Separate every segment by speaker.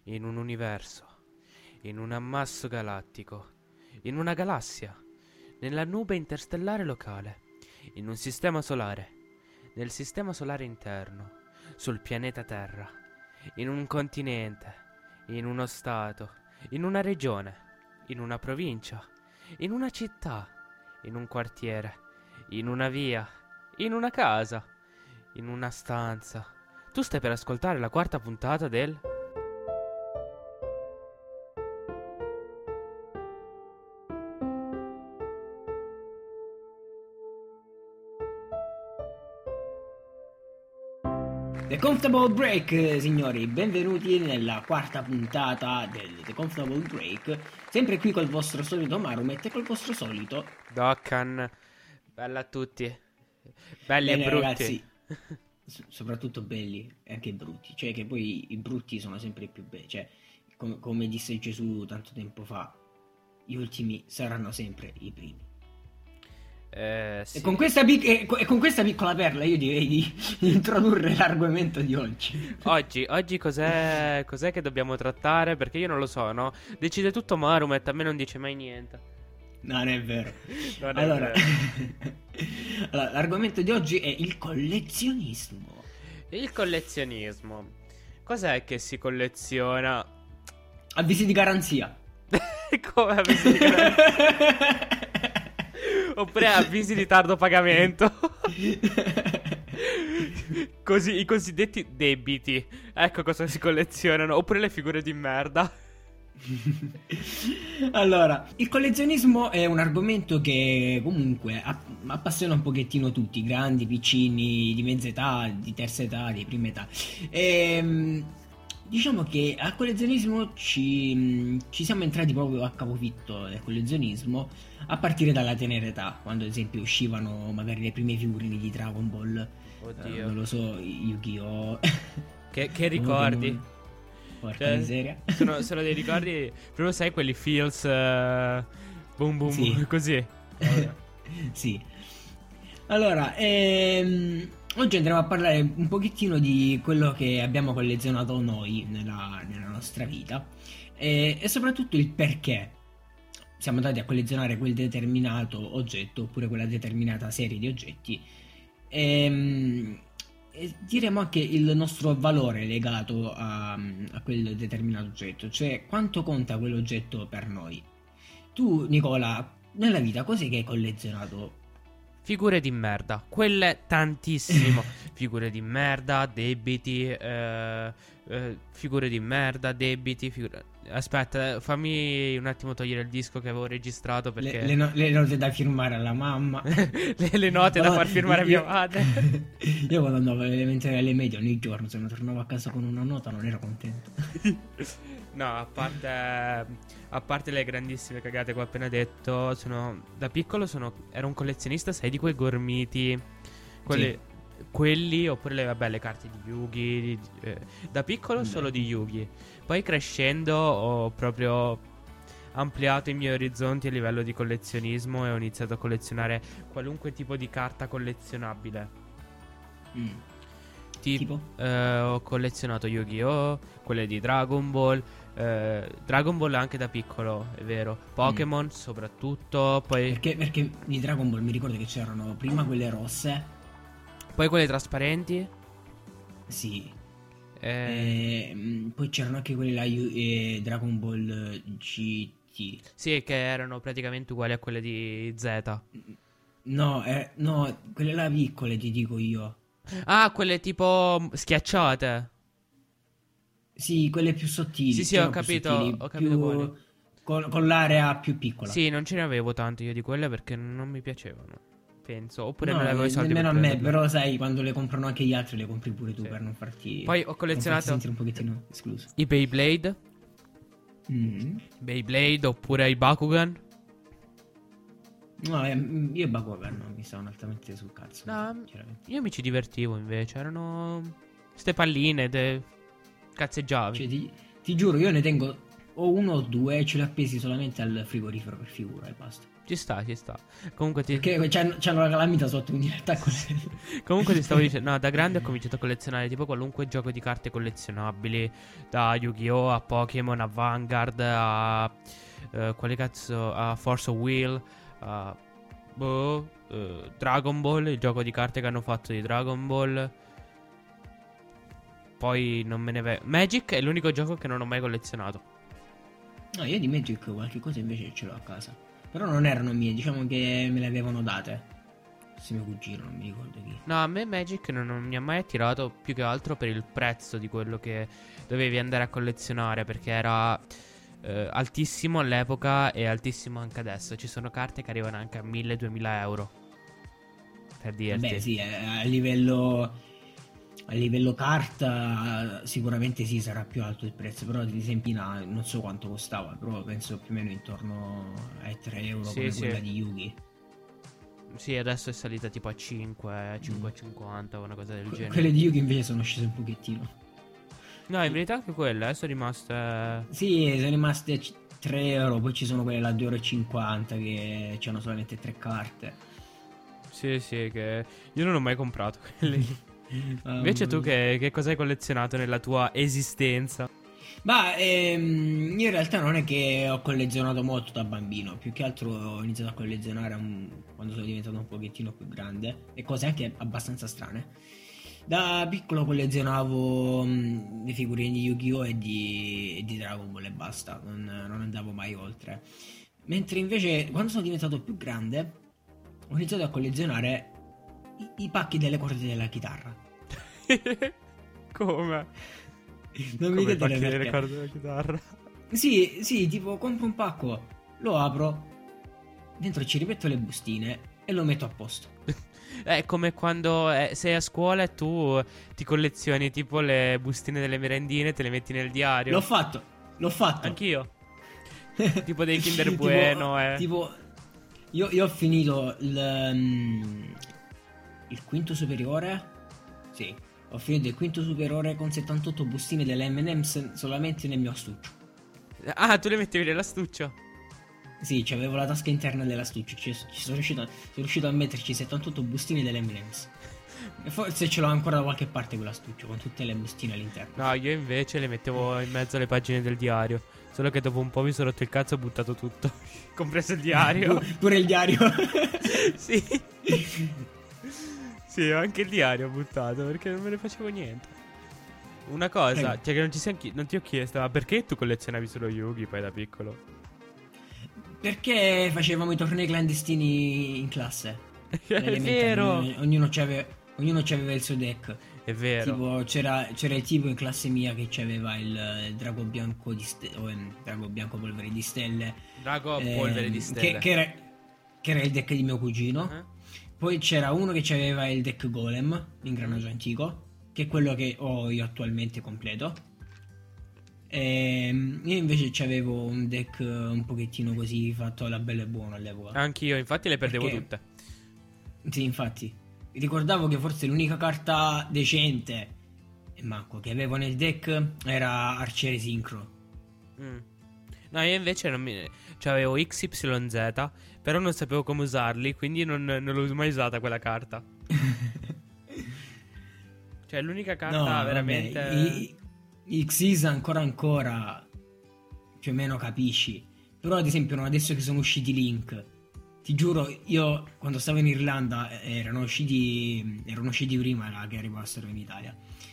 Speaker 1: in un universo, in un ammasso galattico, in una galassia, nella nube interstellare locale, in un sistema solare, nel sistema solare interno, sul pianeta Terra, in un continente, in uno stato, in una regione, in una provincia, in una città, in un quartiere, in una via, in una casa, in una stanza. Tu stai per ascoltare la quarta puntata del...
Speaker 2: The Comfortable Break, signori, benvenuti nella quarta puntata del The Comfortable Break. Sempre qui col vostro solito Marumet e col vostro solito
Speaker 1: Dokkan. Bella a tutti. Belli
Speaker 2: bene,
Speaker 1: e brutti.
Speaker 2: ragazzi, soprattutto belli e anche brutti. Cioè che poi i brutti sono sempre i più belli. Cioè, come disse Gesù tanto tempo fa, gli ultimi saranno sempre i primi.
Speaker 1: Sì.
Speaker 2: E con questa piccola perla io direi di introdurre l'argomento di oggi.
Speaker 1: Oggi cos'è che dobbiamo trattare? Perché io non lo so, no? Decide tutto Marumet, a me non dice mai niente.
Speaker 2: No, non è vero.
Speaker 1: Non è
Speaker 2: Allora,
Speaker 1: vero.
Speaker 2: allora, l'argomento di oggi è il collezionismo.
Speaker 1: Il collezionismo. Cos'è che si colleziona?
Speaker 2: Avvisi di garanzia.
Speaker 1: Come avvisi di garanzia? Oppure avvisi di tardo pagamento. Così i cosiddetti debiti. Ecco cosa si collezionano. Oppure le figure di merda.
Speaker 2: Allora, il collezionismo è un argomento che comunque appassiona un pochettino tutti, grandi, piccini, di mezza età, di terza età, di prima età. Diciamo che al collezionismo ci siamo entrati proprio a capofitto del collezionismo a partire dalla tenera età, quando ad esempio uscivano magari le prime figurine di Dragon Ball.
Speaker 1: Oddio.
Speaker 2: Non lo so, Yu-Gi-Oh!
Speaker 1: Che ricordi?
Speaker 2: Porca miseria.
Speaker 1: Sono dei ricordi. Proprio sai quelli feels boom boom
Speaker 2: Sì.
Speaker 1: boom, così.
Speaker 2: Sì. Allora, oggi andremo a parlare un pochettino di quello che abbiamo collezionato noi nella nostra vita e soprattutto il perché siamo andati a collezionare quel determinato oggetto oppure quella determinata serie di oggetti e diremo anche il nostro valore legato a quel determinato oggetto, cioè quanto conta quell'oggetto per noi. Tu, Nicola, nella vita cos'è che hai collezionato?
Speaker 1: Figure di merda, quelle tantissimo. Figure di merda, debiti, figure di merda, debiti. Aspetta, fammi un attimo togliere il disco che avevo registrato perché
Speaker 2: Le note da firmare alla mamma.
Speaker 1: le note da far firmare a mia madre.
Speaker 2: Io quando andavo alle elementari e alle medie ogni giorno, se non tornavo a casa con una nota non ero contento.
Speaker 1: No, a parte le grandissime cagate che ho appena detto, da piccolo ero un collezionista, sai, di quei gormiti, quelli oppure le carte di Yugi, da piccolo solo di Yugi. Poi crescendo ho proprio ampliato i miei orizzonti a livello di collezionismo e ho iniziato a collezionare qualunque tipo di carta collezionabile.
Speaker 2: Tipo?
Speaker 1: Ho collezionato Yu-Gi-Oh!, quelle di Dragon Ball. Dragon Ball anche da piccolo, è vero. Pokémon soprattutto. Poi
Speaker 2: Perché di Dragon Ball mi ricordo che c'erano prima quelle rosse.
Speaker 1: Poi quelle trasparenti.
Speaker 2: Sì. Poi c'erano anche quelle là Dragon Ball GT.
Speaker 1: Sì, che erano praticamente uguali a quelle di Z.
Speaker 2: No, quelle là piccole ti dico io.
Speaker 1: Ah, quelle tipo schiacciate.
Speaker 2: Sì, quelle più sottili.
Speaker 1: Sì,
Speaker 2: cioè
Speaker 1: ho
Speaker 2: non più
Speaker 1: capito,
Speaker 2: sottili,
Speaker 1: ho capito quali.
Speaker 2: con l'area più piccola.
Speaker 1: Sì, non ce ne avevo tanto io di quelle perché non mi piacevano, penso. Oppure non
Speaker 2: No,
Speaker 1: avevo i soldi
Speaker 2: nemmeno a
Speaker 1: per
Speaker 2: me,
Speaker 1: prenderle.
Speaker 2: però sai, quando le comprano anche gli altri, le compri pure tu
Speaker 1: Sì.
Speaker 2: per non farti.
Speaker 1: Poi ho
Speaker 2: per non
Speaker 1: collezionato
Speaker 2: farti sentire un pochettino escluso.
Speaker 1: i Beyblade. Beyblade oppure i Bakugan.
Speaker 2: No, io e Bakugan mi stavano altamente sul cazzo.
Speaker 1: No,
Speaker 2: sinceramente.
Speaker 1: io mi ci divertivo invece. Erano ste palline, cazzeggiavi.
Speaker 2: Cioè, ti giuro, io ne tengo o uno o due, ce li ho appesi solamente al frigorifero per figura e basta.
Speaker 1: Ci sta, ci sta. Comunque ti...
Speaker 2: Perché c'hanno la calamita sotto, quindi in realtà
Speaker 1: Comunque ti stavo dicendo, no, da grande ho cominciato a collezionare tipo qualunque gioco di carte collezionabili, da Yu-Gi-Oh! A Pokémon, a Vanguard, a... quale cazzo? A Force of Will, a... Dragon Ball, il gioco di carte che hanno fatto di Dragon Ball. Poi non me ne ve... Magic è l'unico gioco che non ho mai collezionato.
Speaker 2: No, io di Magic qualche cosa invece ce l'ho a casa. Però non erano mie, diciamo che me le avevano date. Se mio cugino, non mi ricordo chi.
Speaker 1: No, a me Magic non mi ha mai attirato, più che altro per il prezzo di quello che dovevi andare a collezionare, perché era altissimo all'epoca e altissimo anche adesso. Ci sono carte che arrivano anche a 1000-2000 euro, per dirti.
Speaker 2: Beh sì, a livello carta sicuramente sì, sarà più alto il prezzo, però ad esempio non so quanto costava, però penso più o meno intorno ai 3 euro
Speaker 1: Sì,
Speaker 2: come
Speaker 1: sì.
Speaker 2: quella di Yugi.
Speaker 1: Sì, adesso è salita tipo a 5, 5,50 o una cosa del genere.
Speaker 2: Quelle di Yugi invece sono scese un pochettino.
Speaker 1: No, in verità anche quelle sono rimaste...
Speaker 2: Sì, sono rimaste a 3 euro, poi ci sono quelle là 2,50 euro che hanno solamente 3 carte.
Speaker 1: Sì, sì, che io non ho mai comprato quelli. Invece tu che cosa hai collezionato nella tua esistenza?
Speaker 2: Ma io in realtà non è che ho collezionato molto da bambino, più che altro ho iniziato a collezionare quando sono diventato un pochettino più grande, e cose anche abbastanza strane. Da piccolo collezionavo le figurine di Yu-Gi-Oh! E di Dragon Ball e basta, non andavo mai oltre. Mentre invece quando sono diventato più grande ho iniziato a collezionare i pacchi delle corde della chitarra.
Speaker 1: Come?
Speaker 2: Non mi
Speaker 1: Come
Speaker 2: chiedere
Speaker 1: pacchi delle
Speaker 2: perché.
Speaker 1: corde della chitarra?
Speaker 2: Sì, sì, tipo compro un pacco, lo apro, dentro ci rimetto le bustine e lo metto a posto.
Speaker 1: È come quando sei a scuola e tu ti collezioni tipo le bustine delle merendine e te le metti nel diario.
Speaker 2: L'ho fatto.
Speaker 1: Anch'io. Tipo dei Kinder Bueno,
Speaker 2: Tipo, io ho finito il quinto superiore. Sì, ho finito il quinto superiore con 78 bustine delle M&M's solamente nel mio astuccio.
Speaker 1: Ah, tu le mettevi nell'astuccio?
Speaker 2: Sì, c'avevo la tasca interna dell'astuccio. Ci sono riuscito a metterci 78 bustine delle M&M's. E forse ce l'ho ancora da qualche parte quell'astuccio con tutte le bustine all'interno.
Speaker 1: No, io invece le mettevo in mezzo alle pagine del diario. Solo che dopo un po' mi sono rotto il cazzo e ho buttato tutto. Compreso il diario.
Speaker 2: Pure il diario.
Speaker 1: Sì. Sì, anche il diario ho buttato perché non me ne facevo niente. Una cosa, cioè che non ti ho chiesto, ma perché tu collezionavi solo Yugi poi da piccolo?
Speaker 2: Perché facevamo i tornei clandestini in classe?
Speaker 1: È vero.
Speaker 2: Ognuno c'aveva il suo deck.
Speaker 1: È vero.
Speaker 2: Tipo c'era il tipo in classe mia che c'aveva il drago bianco drago bianco polvere di stelle.
Speaker 1: Drago polvere di stelle.
Speaker 2: Che era il deck di mio cugino. Poi c'era uno che aveva il deck golem, l'ingranaggio antico, che è quello che ho io attualmente completo. Io invece c'avevo un deck un pochettino così fatto alla bella e buona all'epoca.
Speaker 1: Anch'io, infatti le perdevo
Speaker 2: Perché-
Speaker 1: tutte.
Speaker 2: Sì, infatti. Ricordavo che forse l'unica carta decente e manco che avevo nel deck era Arciere Sincro.
Speaker 1: No, io invece non mi... Cioè avevo XYZ, però non sapevo come usarli, quindi non l'ho mai usata quella carta. Cioè l'unica carta
Speaker 2: No,
Speaker 1: veramente...
Speaker 2: vabbè, i Xyz ancora più o meno capisci. Però ad esempio adesso che sono usciti Link, ti giuro, io quando stavo in Irlanda erano usciti prima che arrivassero in Italia.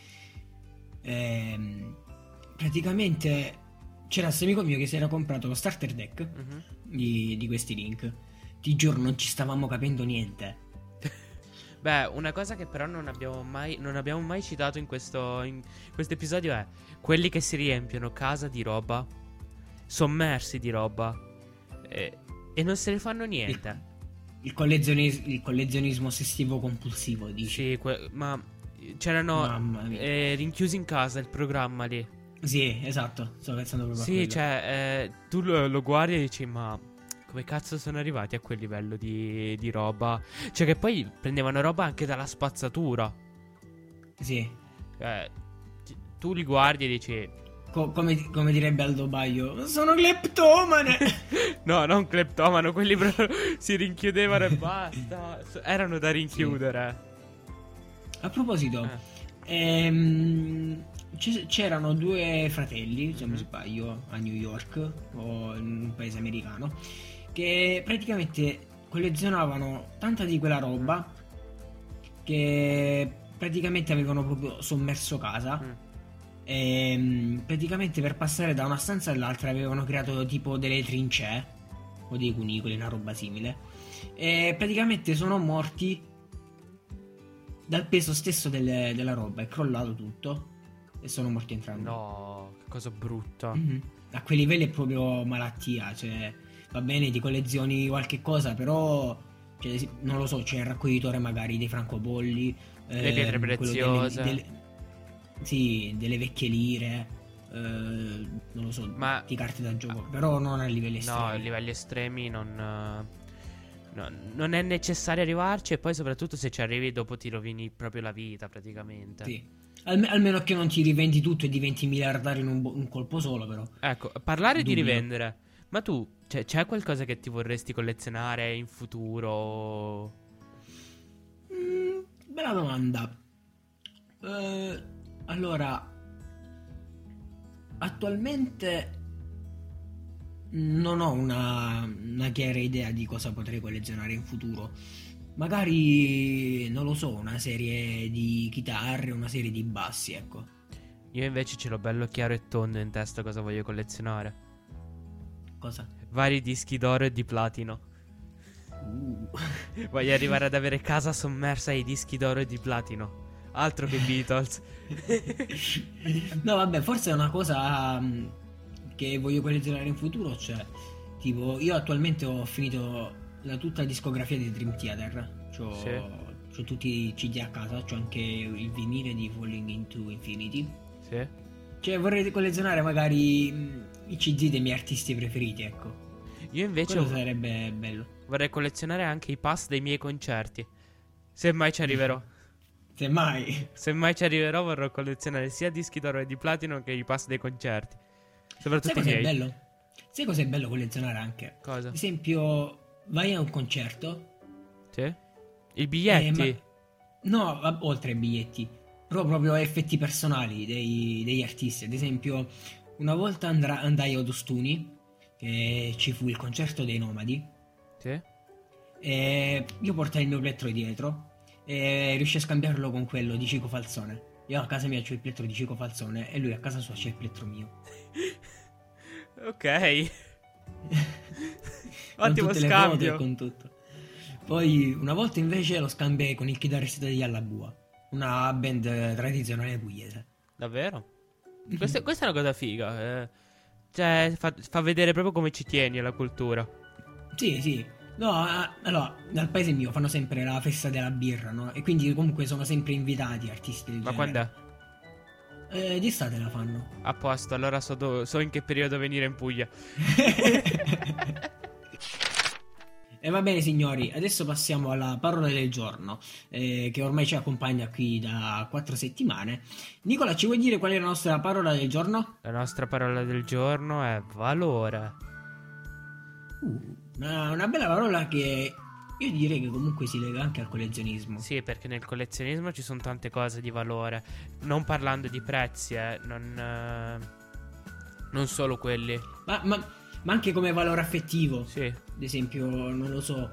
Speaker 2: Praticamente c'era questo amico mio che si era comprato lo starter deck di questi Link. Ti giuro, non ci stavamo capendo niente.
Speaker 1: Beh, una cosa che però non abbiamo mai citato in questo episodio è quelli che si riempiono casa di roba, sommersi di roba e non se ne fanno niente.
Speaker 2: Il collezionismo ossessivo compulsivo, dici?
Speaker 1: Sì, ma c'erano
Speaker 2: Mamma mia.
Speaker 1: rinchiusi in casa il programma lì.
Speaker 2: Sì, esatto, sto pensando proprio a
Speaker 1: Sì,
Speaker 2: quello.
Speaker 1: cioè tu lo guardi e dici ma come cazzo sono arrivati a quel livello di roba? Cioè che poi prendevano roba anche dalla spazzatura.
Speaker 2: Sì.
Speaker 1: Tu li guardi e dici
Speaker 2: come direbbe Aldo Baio, sono cleptomane.
Speaker 1: No, non cleptomano, quelli proprio si rinchiudevano e basta. Erano da
Speaker 2: Sì.
Speaker 1: rinchiudere.
Speaker 2: A proposito, c'erano due fratelli, se non mi sbaglio, a New York o in un paese americano, che praticamente collezionavano tanta di quella roba che praticamente avevano proprio sommerso casa.
Speaker 1: Mm.
Speaker 2: E praticamente per passare da una stanza all'altra avevano creato tipo delle trincee o dei cunicoli, una roba simile. E praticamente sono morti dal peso stesso della roba. È crollato tutto e sono morti entrambi.
Speaker 1: No, che cosa brutta.
Speaker 2: Mhm. A quei livelli è proprio malattia. Cioè, va bene, ti collezioni qualche cosa, però cioè, non lo so, c'è il raccoglitore magari dei francobolli,
Speaker 1: Le pietre
Speaker 2: quello
Speaker 1: preziose.
Speaker 2: sì, delle vecchie lire, non lo so,
Speaker 1: Ma-
Speaker 2: di carte da gioco, però non a livelli
Speaker 1: No, a
Speaker 2: estremi.
Speaker 1: livelli estremi non è necessario arrivarci. E poi, soprattutto, se ci arrivi, dopo ti rovini proprio la vita, praticamente.
Speaker 2: Sì. Almeno che non ti rivendi tutto e diventi miliardario in un colpo solo, però.
Speaker 1: Ecco, parlare di
Speaker 2: Dubbio.
Speaker 1: rivendere. Ma tu, c'è qualcosa che ti vorresti collezionare in futuro?
Speaker 2: Bella domanda. Allora, attualmente non ho una chiara idea di cosa potrei collezionare in futuro. Magari, non lo so, una serie di chitarre, una serie di bassi, ecco.
Speaker 1: Io invece ce l'ho bello chiaro e tondo in testa cosa voglio collezionare.
Speaker 2: Cosa?
Speaker 1: Vari dischi d'oro e di platino. Voglio arrivare ad avere casa sommersa ai dischi d'oro e di platino. Altro che Beatles.
Speaker 2: No, vabbè, forse è una cosa che voglio collezionare in futuro, cioè, tipo, io attualmente ho finito tutta la discografia di Dream Theater, c'ho tutti i CD a casa, c'ho anche il vinile di Falling Into Infinity,
Speaker 1: Sì.
Speaker 2: cioè vorrei collezionare magari i CD dei miei artisti preferiti, ecco,
Speaker 1: Io invece
Speaker 2: quello sarebbe bello,
Speaker 1: vorrei collezionare anche i pass dei miei concerti. Se mai ci arriverò.
Speaker 2: semmai.
Speaker 1: Se mai ci arriverò, vorrò collezionare sia dischi d'oro e di platino che i pass dei concerti.
Speaker 2: Sai
Speaker 1: Soprattutto i
Speaker 2: cos'è
Speaker 1: miei.
Speaker 2: bello? Sai cos'è bello collezionare anche?
Speaker 1: Cosa?
Speaker 2: Ad esempio, vai a un concerto.
Speaker 1: Sì? I biglietti?
Speaker 2: No, oltre ai biglietti, però proprio effetti personali degli artisti. Ad esempio, una volta andai ad Ostuni, che ci fu il concerto dei Nomadi,
Speaker 1: Sì?
Speaker 2: e io portai il mio plettro dietro e riuscii a scambiarlo con quello di Cico Falzone. Io a casa mia c'ho il plettro di Cico Falzone e lui a casa sua c'è il plettro mio.
Speaker 1: Ok.
Speaker 2: Con
Speaker 1: Ottimo
Speaker 2: tutte le foto e
Speaker 1: scambio.
Speaker 2: con tutto. Poi una volta invece lo scambiai con il chitarrista degli Allabua, una band tradizionale pugliese.
Speaker 1: Davvero? Questa è una cosa figa. Cioè, fa vedere proprio come ci tieni alla cultura.
Speaker 2: Sì, sì. No, allora, dal paese mio fanno sempre la festa della birra, no? E quindi comunque sono sempre invitati artisti del
Speaker 1: Ma
Speaker 2: genere.
Speaker 1: quando è?
Speaker 2: D'estate la fanno.
Speaker 1: A posto, allora so in che periodo venire in Puglia.
Speaker 2: E va bene signori, adesso passiamo alla parola del giorno, che ormai ci accompagna qui da 4 settimane. Nicola, ci vuoi dire qual è la nostra parola del giorno?
Speaker 1: La nostra parola del giorno è valore.
Speaker 2: Una bella parola che io direi che comunque si lega anche al collezionismo.
Speaker 1: Sì, perché nel collezionismo ci sono tante cose di valore. Non parlando di prezzi, non solo quelli.
Speaker 2: Ma anche come valore affettivo.
Speaker 1: Sì.
Speaker 2: Ad esempio, non lo so,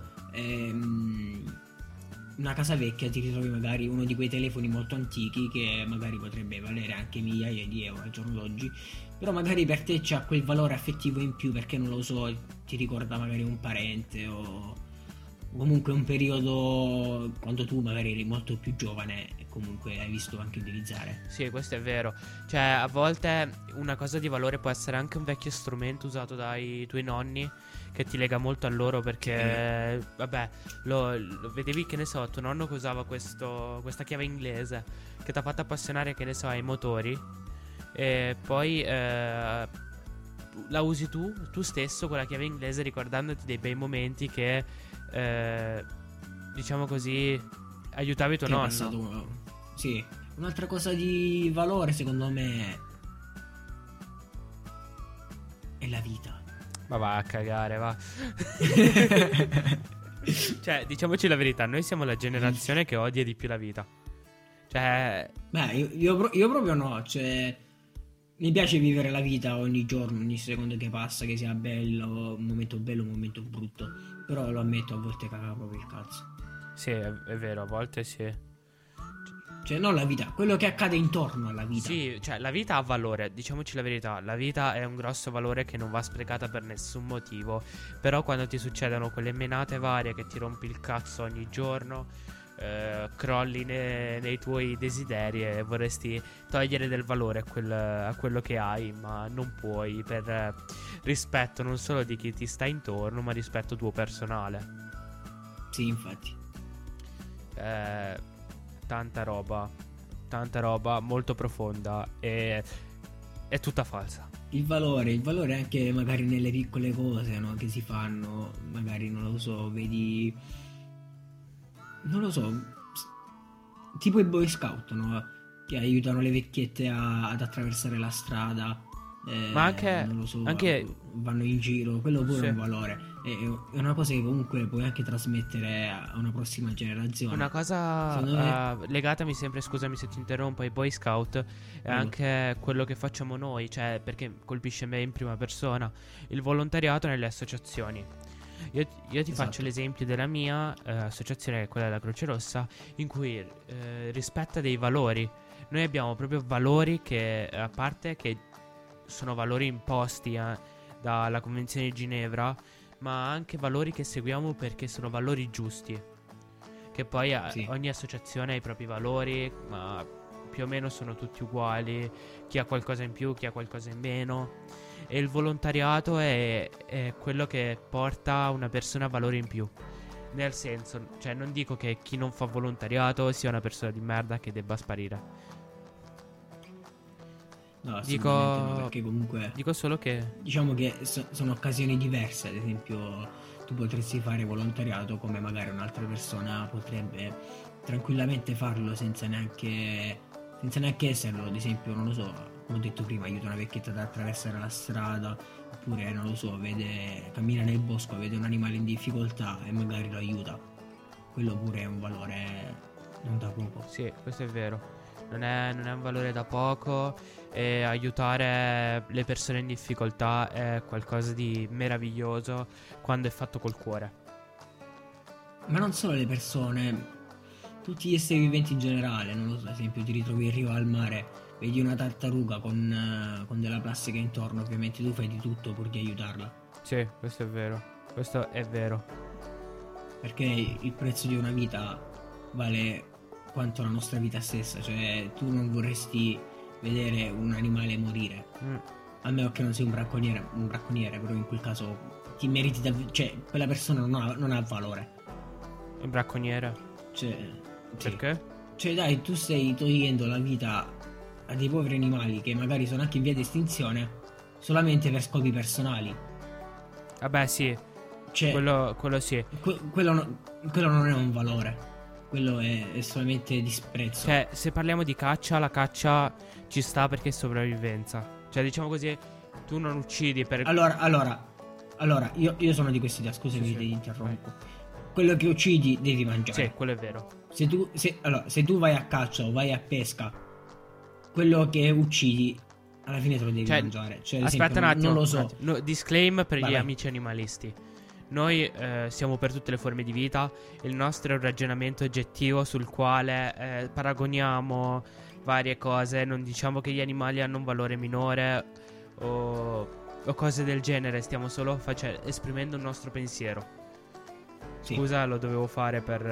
Speaker 2: una casa vecchia ti ritrovi magari uno di quei telefoni molto antichi che magari potrebbe valere anche migliaia di euro al giorno d'oggi, però magari per te c'ha quel valore affettivo in più perché non lo so, ti ricorda magari un parente o comunque un periodo quando tu magari eri molto più giovane e comunque hai visto anche utilizzare.
Speaker 1: Sì, questo è vero. Cioè, a volte una cosa di valore può essere anche un vecchio strumento usato dai tuoi nonni che ti lega molto a loro perché, vabbè, lo vedevi, che ne so, tuo nonno che usava questa chiave inglese che ti ha fatto appassionare, che ne so, ai motori e poi la usi tu stesso quella chiave inglese ricordandoti dei bei momenti che, diciamo così, aiutavi tuo
Speaker 2: Che è
Speaker 1: nonno.
Speaker 2: passato. Sì, un'altra cosa di valore secondo me è la vita.
Speaker 1: Ma va a cagare, va. Cioè, diciamoci la verità, noi siamo la generazione che odia di più la vita. Cioè,
Speaker 2: Beh, io proprio no, cioè mi piace vivere la vita ogni giorno, ogni secondo che passa, che sia bello, un momento brutto, però lo ammetto, a volte caga proprio il cazzo.
Speaker 1: sì, è vero, a volte sì.
Speaker 2: Cioè, non la vita, quello che accade intorno alla vita.
Speaker 1: Sì, cioè, la vita ha valore, diciamoci la verità. La vita è un grosso valore che non va sprecata per nessun motivo. Però quando ti succedono quelle menate varie che ti rompi il cazzo ogni giorno, crolli nei tuoi desideri e vorresti togliere del valore a quello che hai, ma non puoi per rispetto non solo di chi ti sta intorno, ma rispetto tuo personale.
Speaker 2: Sì, infatti.
Speaker 1: Tanta roba molto profonda e è tutta falsa.
Speaker 2: Il valore anche magari nelle piccole cose, no, che si fanno, magari non lo so, vedi, non lo so, tipo i Boy Scout, no, che aiutano le vecchiette ad attraversare la strada,
Speaker 1: Ma anche,
Speaker 2: non lo so,
Speaker 1: anche
Speaker 2: vanno in giro, quello pure
Speaker 1: sì.
Speaker 2: è un valore, è una cosa che comunque puoi anche trasmettere a una prossima generazione.
Speaker 1: Una cosa
Speaker 2: Secondo me,
Speaker 1: legatami sempre, scusami se ti interrompo, ai Boy Scout è
Speaker 2: prego.
Speaker 1: anche quello che facciamo noi, cioè perché colpisce me in prima persona, il volontariato nelle associazioni. Io ti faccio
Speaker 2: Esatto.
Speaker 1: l'esempio della mia associazione, che è quella della Croce Rossa, in cui rispetta dei valori. Noi abbiamo proprio valori che, a parte che sono valori imposti dalla Convenzione di Ginevra, ma anche valori che seguiamo perché sono valori giusti. Che poi
Speaker 2: Sì.
Speaker 1: ogni associazione ha i propri valori, ma più o meno sono tutti uguali. Chi ha qualcosa in più, chi ha qualcosa in meno. E il volontariato è quello che porta una persona a valori in più. Nel senso, cioè non dico che chi non fa volontariato sia una persona di merda che debba sparire.
Speaker 2: No, assolutamente no,
Speaker 1: Dico,
Speaker 2: perché comunque
Speaker 1: dico solo che
Speaker 2: diciamo che sono occasioni diverse, ad esempio tu potresti fare volontariato come magari un'altra persona potrebbe tranquillamente farlo senza neanche esserlo, ad esempio non lo so, come ho detto prima, aiuta una vecchietta ad attraversare la strada, oppure non lo so, cammina nel bosco, vede un animale in difficoltà e magari lo aiuta. Quello pure è un valore non da poco.
Speaker 1: sì, questo è vero. Non è un valore da poco. E aiutare le persone in difficoltà è qualcosa di meraviglioso quando è fatto col cuore.
Speaker 2: Ma non solo le persone, tutti gli esseri viventi in generale, non lo so, ad esempio ti ritrovi in riva al mare, vedi una tartaruga con della plastica intorno, ovviamente tu fai di tutto pur di aiutarla,
Speaker 1: Sì, questo è vero. Questo è vero.
Speaker 2: perché il prezzo di una vita vale quanto la nostra vita stessa, cioè tu non vorresti vedere un animale morire,
Speaker 1: Mm.
Speaker 2: a meno che non sia un bracconiere, però in quel caso ti meriti davvero, cioè quella persona non ha valore,
Speaker 1: Il bracconiere.
Speaker 2: cioè, sì.
Speaker 1: Perché?
Speaker 2: Cioè dai, tu stai togliendo la vita a dei poveri animali che magari sono anche in via di estinzione solamente per scopi personali.
Speaker 1: Vabbè, sì.
Speaker 2: Cioè,
Speaker 1: Quello sì.
Speaker 2: quello non è un valore. Quello è solamente disprezzo.
Speaker 1: Cioè, se parliamo di caccia, la caccia ci sta perché è sopravvivenza. Cioè, diciamo così, tu non uccidi per...
Speaker 2: Allora, io sono di quest'idea, scusami
Speaker 1: Sì,
Speaker 2: se
Speaker 1: sì.
Speaker 2: ti interrompo. Quello che uccidi devi mangiare.
Speaker 1: Sì, quello è vero.
Speaker 2: Se tu vai a caccia o vai a pesca, quello che uccidi alla fine te lo devi
Speaker 1: Cioè,
Speaker 2: mangiare. Cioè, ad
Speaker 1: aspetta
Speaker 2: esempio,
Speaker 1: un attimo.
Speaker 2: non lo so.
Speaker 1: un attimo. No, disclaim per
Speaker 2: Vai,
Speaker 1: gli
Speaker 2: vai.
Speaker 1: amici animalisti. Noi siamo per tutte le forme di vita. Il nostro è un ragionamento oggettivo sul quale paragoniamo varie cose. Non diciamo che gli animali hanno un valore minore o cose del genere. Stiamo solo esprimendo il nostro pensiero.
Speaker 2: Sì.
Speaker 1: Scusa, lo dovevo fare per...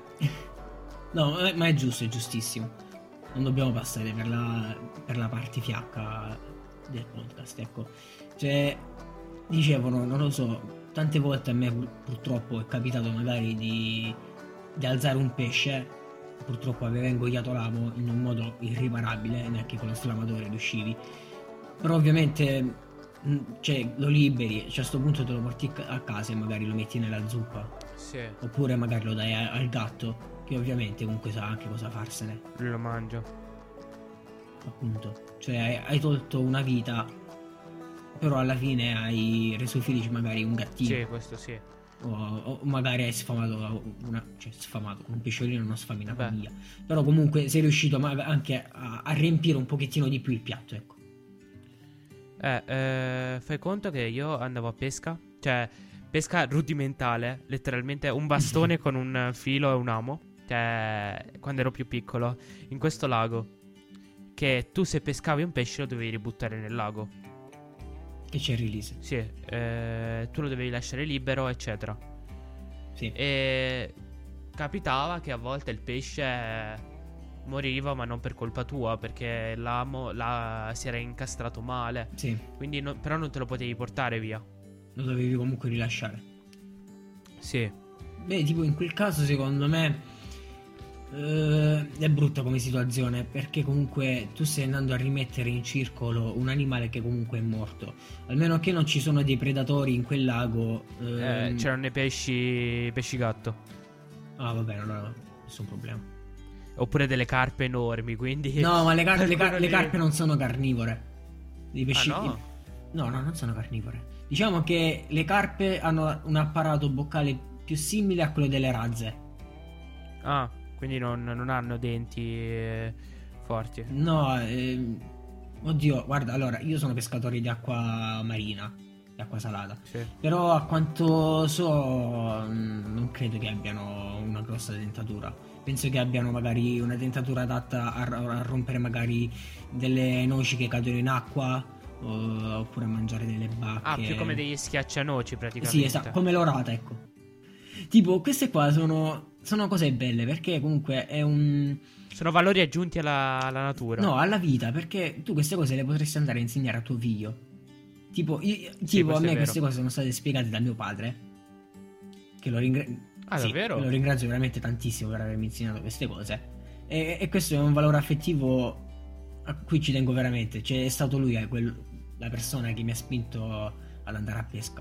Speaker 2: No, ma è giusto, è giustissimo. Non dobbiamo passare per la parte fiacca del podcast, ecco. Cioè, dicevano, non lo so, tante volte a me purtroppo è capitato magari di alzare un pesce, purtroppo aveva ingoiato l'amo in un modo irriparabile, neanche con lo sflamatore riuscivi. Però ovviamente, cioè, lo liberi, cioè a sto punto te lo porti a casa e magari lo metti nella zuppa.
Speaker 1: Sì,
Speaker 2: Oppure magari lo dai al gatto, che ovviamente comunque sa anche cosa farsene,
Speaker 1: lui lo mangio.
Speaker 2: appunto. Cioè hai tolto una vita però alla fine hai reso felice magari un gattino.
Speaker 1: Sì, questo sì.
Speaker 2: O magari hai sfamato cioè sfamato con un pesciolino, non sfami una
Speaker 1: Beh.
Speaker 2: famiglia. Però comunque sei riuscito anche a riempire un pochettino di più il piatto, ecco.
Speaker 1: Fai conto che io andavo a pesca, cioè pesca rudimentale, letteralmente un bastone con un filo e un amo, cioè quando ero più piccolo, in questo lago, che tu se pescavi un pesce lo dovevi ributtare nel lago.
Speaker 2: Che c'è il release.
Speaker 1: Sì, tu lo dovevi lasciare libero, eccetera.
Speaker 2: Sì.
Speaker 1: E capitava che a volte il pesce moriva, ma non per colpa tua, perché l'amo si era incastrato male.
Speaker 2: Sì,
Speaker 1: Quindi però non te lo potevi portare via.
Speaker 2: lo dovevi comunque rilasciare.
Speaker 1: Sì.
Speaker 2: Beh, tipo in quel caso secondo me è brutta come situazione, perché comunque tu stai andando a rimettere in circolo un animale che comunque è morto. Almeno che non ci sono dei predatori in quel lago.
Speaker 1: C'erano i pesci gatto.
Speaker 2: Ah, vabbè, allora nessun problema.
Speaker 1: Oppure delle carpe enormi, quindi...
Speaker 2: No, ma le
Speaker 1: Qualcuno lì-
Speaker 2: carpe non sono carnivore. I pesci...
Speaker 1: Ah, no?
Speaker 2: No, non sono carnivore. Diciamo che le carpe hanno un apparato boccale più simile a quello delle razze.
Speaker 1: Ah, quindi non hanno denti forti.
Speaker 2: No, oddio, guarda, allora, io sono pescatore di acqua marina, di acqua salata.
Speaker 1: Sì.
Speaker 2: Però a quanto so, non credo che abbiano una grossa dentatura. Penso che abbiano magari una dentatura adatta a rompere magari delle noci che cadono in acqua, oppure a mangiare delle bacche.
Speaker 1: Ah, più come degli schiaccianoci praticamente.
Speaker 2: Sì, esatto, come l'orata, ecco. Tipo, queste qua sono cose belle, perché comunque è un...
Speaker 1: Sono valori aggiunti alla natura.
Speaker 2: No, alla vita, perché tu queste cose le potresti andare a insegnare a tuo figlio. Tipo,
Speaker 1: Sì,
Speaker 2: a
Speaker 1: questo è
Speaker 2: me
Speaker 1: vero.
Speaker 2: queste cose sono state spiegate da mio padre, che lo ringrazio.
Speaker 1: Ah, davvero?
Speaker 2: Lo ringrazio veramente tantissimo per avermi insegnato queste cose. E questo è un valore affettivo a cui ci tengo veramente. Cioè, è stato lui la persona che mi ha spinto ad andare a pesca.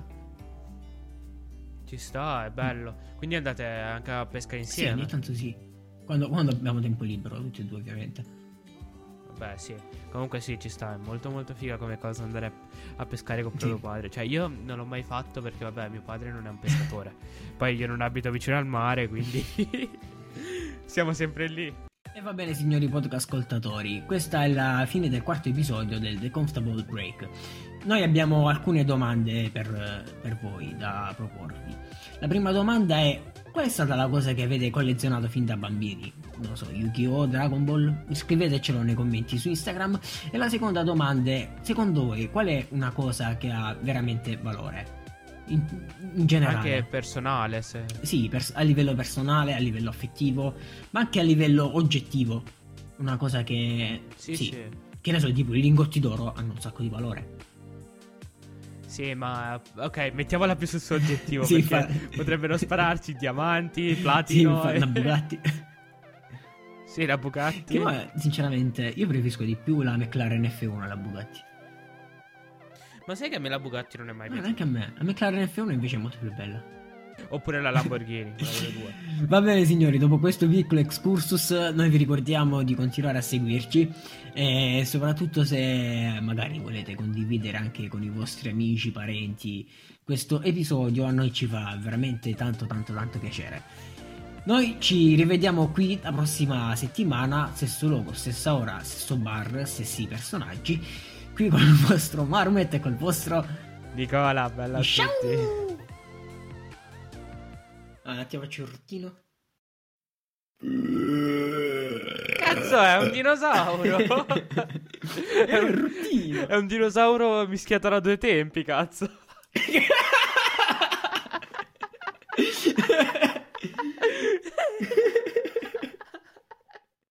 Speaker 1: Ci sta, è bello. Quindi andate anche a pesca
Speaker 2: Sì,
Speaker 1: insieme.
Speaker 2: ogni tanto sì. Quando abbiamo tempo libero, tutti e due ovviamente.
Speaker 1: Beh, sì. Comunque sì, ci sta. È molto molto figa come cosa andare a pescare con
Speaker 2: Sì.
Speaker 1: proprio padre. Cioè, io non l'ho mai fatto perché, vabbè, mio padre non è un pescatore. Poi io non abito vicino al mare, quindi siamo sempre lì.
Speaker 2: E va bene, signori podcast ascoltatori, questa è la fine del quarto episodio del The Comfortable Break. Noi abbiamo alcune domande per voi da proporvi. La prima domanda è: qual è stata la cosa che avete collezionato fin da bambini? Non lo so, Yu-Gi-Oh!, Dragon Ball? Scrivetecelo nei commenti su Instagram. E la seconda domanda è: secondo voi qual è una cosa che ha veramente valore? In generale.
Speaker 1: Anche personale, se...
Speaker 2: Sì, a livello personale, a livello affettivo, ma anche a livello oggettivo. Una cosa che...
Speaker 1: Sì.
Speaker 2: Che ne so, tipo i lingotti d'oro hanno un sacco di valore.
Speaker 1: Sì, ma ok, mettiamola più sul suo oggettivo.
Speaker 2: Sì,
Speaker 1: perché potrebbero spararci diamanti,
Speaker 2: Sì,
Speaker 1: platino.
Speaker 2: la Bugatti.
Speaker 1: Sì, la Bugatti.
Speaker 2: Che poi, sinceramente, io preferisco di più la McLaren F1 alla Bugatti.
Speaker 1: Ma sai che a me la Bugatti non è mai
Speaker 2: Ma
Speaker 1: piaciuta?
Speaker 2: neanche a me. La McLaren F1 invece è molto più bella.
Speaker 1: Oppure la Lamborghini, una delle due.
Speaker 2: Va bene signori, dopo questo piccolo excursus noi vi ricordiamo di continuare a seguirci e soprattutto se magari volete condividere anche con i vostri amici, parenti questo episodio, a noi ci fa veramente tanto piacere. Noi ci rivediamo qui la prossima settimana, stesso luogo, stessa ora, stesso bar, stessi personaggi, qui con il vostro Marmet e col vostro
Speaker 1: Nicola, bella a
Speaker 2: Ciao!
Speaker 1: tutti.
Speaker 2: Ti faccio il rottino.
Speaker 1: Cazzo, è un dinosauro.
Speaker 2: È un rottino.
Speaker 1: È un dinosauro mischiato da due tempi, cazzo.